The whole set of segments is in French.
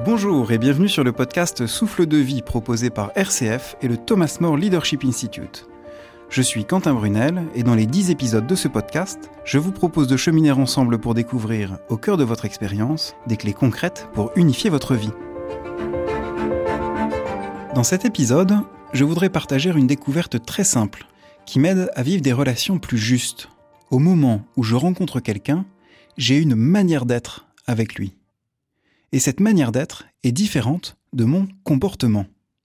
Bonjour et bienvenue sur le podcast Souffle de vie proposé par RCF et le Thomas More Leadership Institute. Je suis Quentin Brunel et dans les 10 épisodes de ce podcast, je vous propose de cheminer ensemble pour découvrir, au cœur de votre expérience, des clés concrètes pour unifier votre vie. Dans cet épisode, je voudrais partager une découverte très simple qui m'aide à vivre des relations plus justes. Au moment où je rencontre quelqu'un, j'ai une manière d'être avec lui. Et cette manière d'être est différente de mon comportement.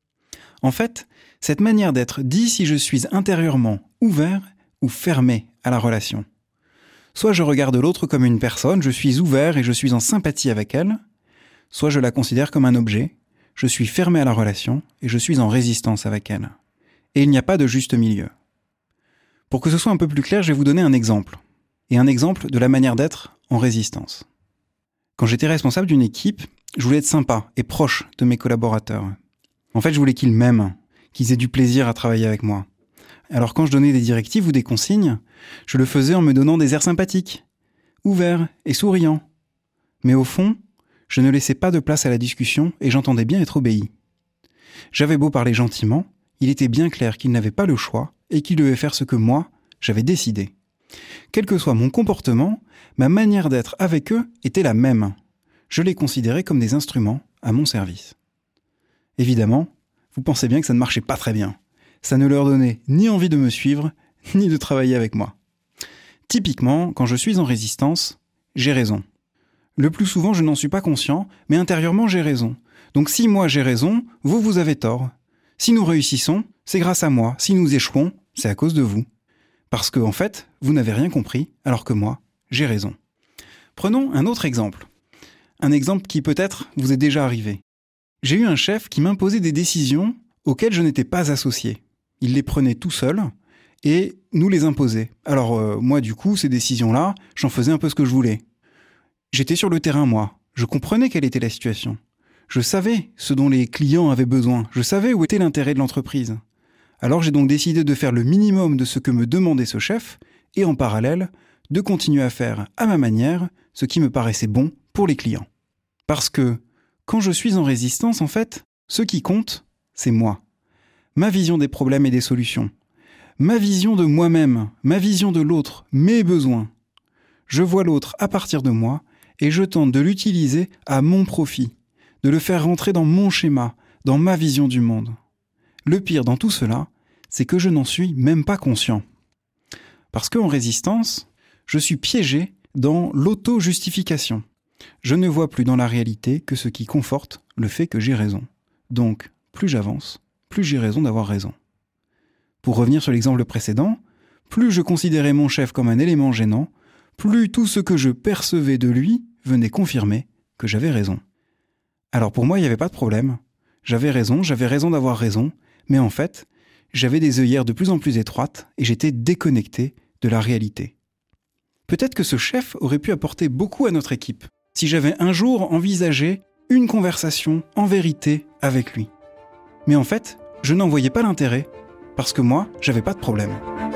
En fait, cette manière d'être dit si je suis intérieurement ouvert ou fermé à la relation. Soit je regarde l'autre comme une personne, je suis ouvert et je suis en sympathie avec elle, soit je la considère comme un objet, je suis fermé à la relation et je suis en résistance avec elle. Et il n'y a pas de juste milieu. Pour que ce soit un peu plus clair, je vais vous donner un exemple. Et un exemple de la manière d'être en résistance. Quand j'étais responsable d'une équipe, je voulais être sympa et proche de mes collaborateurs. En fait, je voulais qu'ils m'aiment, qu'ils aient du plaisir à travailler avec moi. Alors quand je donnais des directives ou des consignes, je le faisais en me donnant des airs sympathiques, ouverts et souriants. Mais au fond, je ne laissais pas de place à la discussion et j'entendais bien être obéi. J'avais beau parler gentiment, il était bien clair qu'ils n'avaient pas le choix et qu'ils devaient faire ce que moi, j'avais décidé. Quel que soit mon comportement, ma manière d'être avec eux était la même. Je les considérais comme des instruments à mon service. Évidemment, vous pensez bien que ça ne marchait pas très bien. Ça ne leur donnait ni envie de me suivre, ni de travailler avec moi. Typiquement, quand je suis en résistance, j'ai raison. Le plus souvent, je n'en suis pas conscient, mais intérieurement, j'ai raison. Donc si moi j'ai raison, vous avez tort. Si nous réussissons, c'est grâce à moi. Si nous échouons, c'est à cause de vous. Parce que, en fait, vous n'avez rien compris, alors que moi, j'ai raison. Prenons un autre exemple. Un exemple qui peut-être vous est déjà arrivé. J'ai eu un chef qui m'imposait des décisions auxquelles je n'étais pas associé. Il les prenait tout seul et nous les imposait. Alors moi, du coup, ces décisions-là, j'en faisais un peu ce que je voulais. J'étais sur le terrain, moi. Je comprenais quelle était la situation. Je savais ce dont les clients avaient besoin. Je savais où était l'intérêt de l'entreprise. Alors j'ai donc décidé de faire le minimum de ce que me demandait ce chef et en parallèle, de continuer à faire à ma manière ce qui me paraissait bon pour les clients. Parce que quand je suis en résistance, en fait, ce qui compte, c'est moi. Ma vision des problèmes et des solutions. Ma vision de moi-même, ma vision de l'autre, mes besoins. Je vois l'autre à partir de moi et je tente de l'utiliser à mon profit, de le faire rentrer dans mon schéma, dans ma vision du monde. Le pire dans tout cela, c'est que je n'en suis même pas conscient. Parce qu'en résistance, je suis piégé dans l'auto-justification. Je ne vois plus dans la réalité que ce qui conforte le fait que j'ai raison. Donc, plus j'avance, plus j'ai raison d'avoir raison. Pour revenir sur l'exemple précédent, plus je considérais mon chef comme un élément gênant, plus tout ce que je percevais de lui venait confirmer que j'avais raison. Alors pour moi, il n'y avait pas de problème. J'avais raison d'avoir raison, mais en fait, j'avais des œillères de plus en plus étroites et j'étais déconnecté de la réalité. Peut-être que ce chef aurait pu apporter beaucoup à notre équipe si j'avais un jour envisagé une conversation en vérité avec lui. Mais en fait, je n'en voyais pas l'intérêt parce que moi, j'avais pas de problème.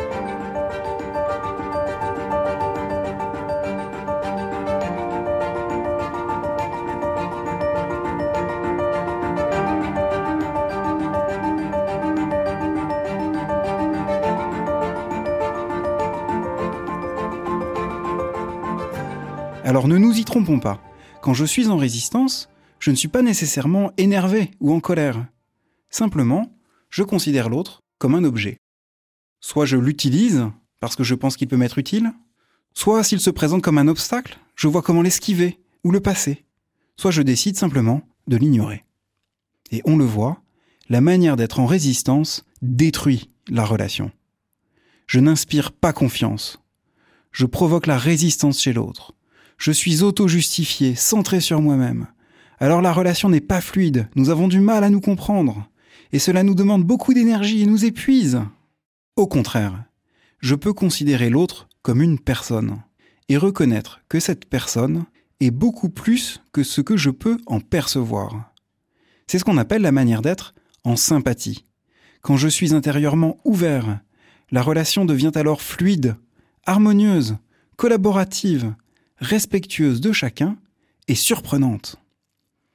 Alors ne nous y trompons pas. Quand je suis en résistance, je ne suis pas nécessairement énervé ou en colère. Simplement, je considère l'autre comme un objet. Soit je l'utilise parce que je pense qu'il peut m'être utile, soit s'il se présente comme un obstacle, je vois comment l'esquiver ou le passer. Soit je décide simplement de l'ignorer. Et on le voit, la manière d'être en résistance détruit la relation. Je n'inspire pas confiance. Je provoque la résistance chez l'autre. Je suis auto-justifié, centré sur moi-même. Alors la relation n'est pas fluide, nous avons du mal à nous comprendre. Et cela nous demande beaucoup d'énergie et nous épuise. Au contraire, je peux considérer l'autre comme une personne et reconnaître que cette personne est beaucoup plus que ce que je peux en percevoir. C'est ce qu'on appelle la manière d'être en sympathie. Quand je suis intérieurement ouvert, la relation devient alors fluide, harmonieuse, collaborative, respectueuse de chacun et surprenante.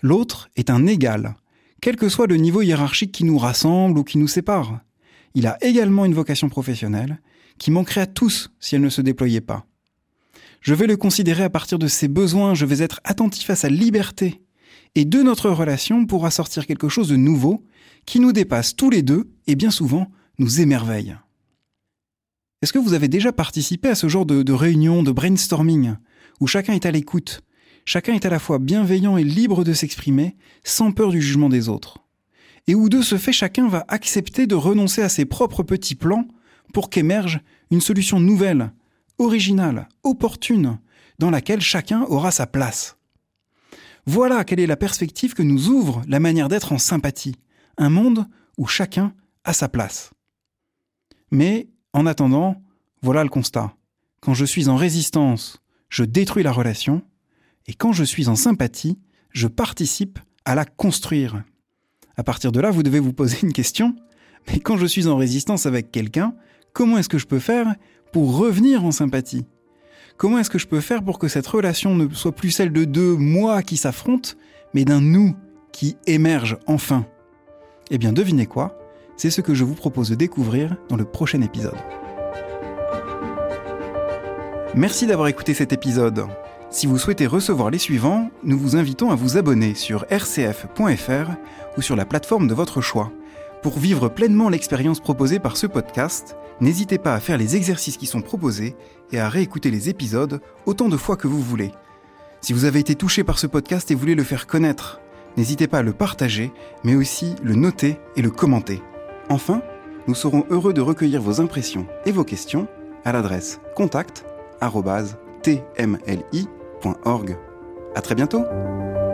L'autre est un égal, quel que soit le niveau hiérarchique qui nous rassemble ou qui nous sépare. Il a également une vocation professionnelle qui manquerait à tous si elle ne se déployait pas. Je vais le considérer à partir de ses besoins, je vais être attentif à sa liberté. Et de notre relation pourra sortir quelque chose de nouveau qui nous dépasse tous les deux et bien souvent nous émerveille. Est-ce que vous avez déjà participé à ce genre de réunion, de brainstorming, où chacun est à l'écoute, chacun est à la fois bienveillant et libre de s'exprimer, sans peur du jugement des autres, et où de ce fait chacun va accepter de renoncer à ses propres petits plans pour qu'émerge une solution nouvelle, originale, opportune, dans laquelle chacun aura sa place. Voilà quelle est la perspective que nous ouvre la manière d'être en sympathie, un monde où chacun a sa place. Mais, en attendant, voilà le constat. Quand je suis en résistance, je détruis la relation, et quand je suis en sympathie, je participe à la construire. À partir de là, vous devez vous poser une question, mais quand je suis en résistance avec quelqu'un, comment est-ce que je peux faire pour revenir en sympathie ? Comment est-ce que je peux faire pour que cette relation ne soit plus celle de deux moi qui s'affrontent, mais d'un nous qui émerge enfin ? Eh bien, devinez quoi ? C'est ce que je vous propose de découvrir dans le prochain épisode. Merci d'avoir écouté cet épisode. Si vous souhaitez recevoir les suivants, nous vous invitons à vous abonner sur rcf.fr ou sur la plateforme de votre choix. Pour vivre pleinement l'expérience proposée par ce podcast, n'hésitez pas à faire les exercices qui sont proposés et à réécouter les épisodes autant de fois que vous voulez. Si vous avez été touché par ce podcast et voulez le faire connaître, n'hésitez pas à le partager, mais aussi le noter et le commenter. Enfin, nous serons heureux de recueillir vos impressions et vos questions à l'adresse contact@tmli.org. À très bientôt!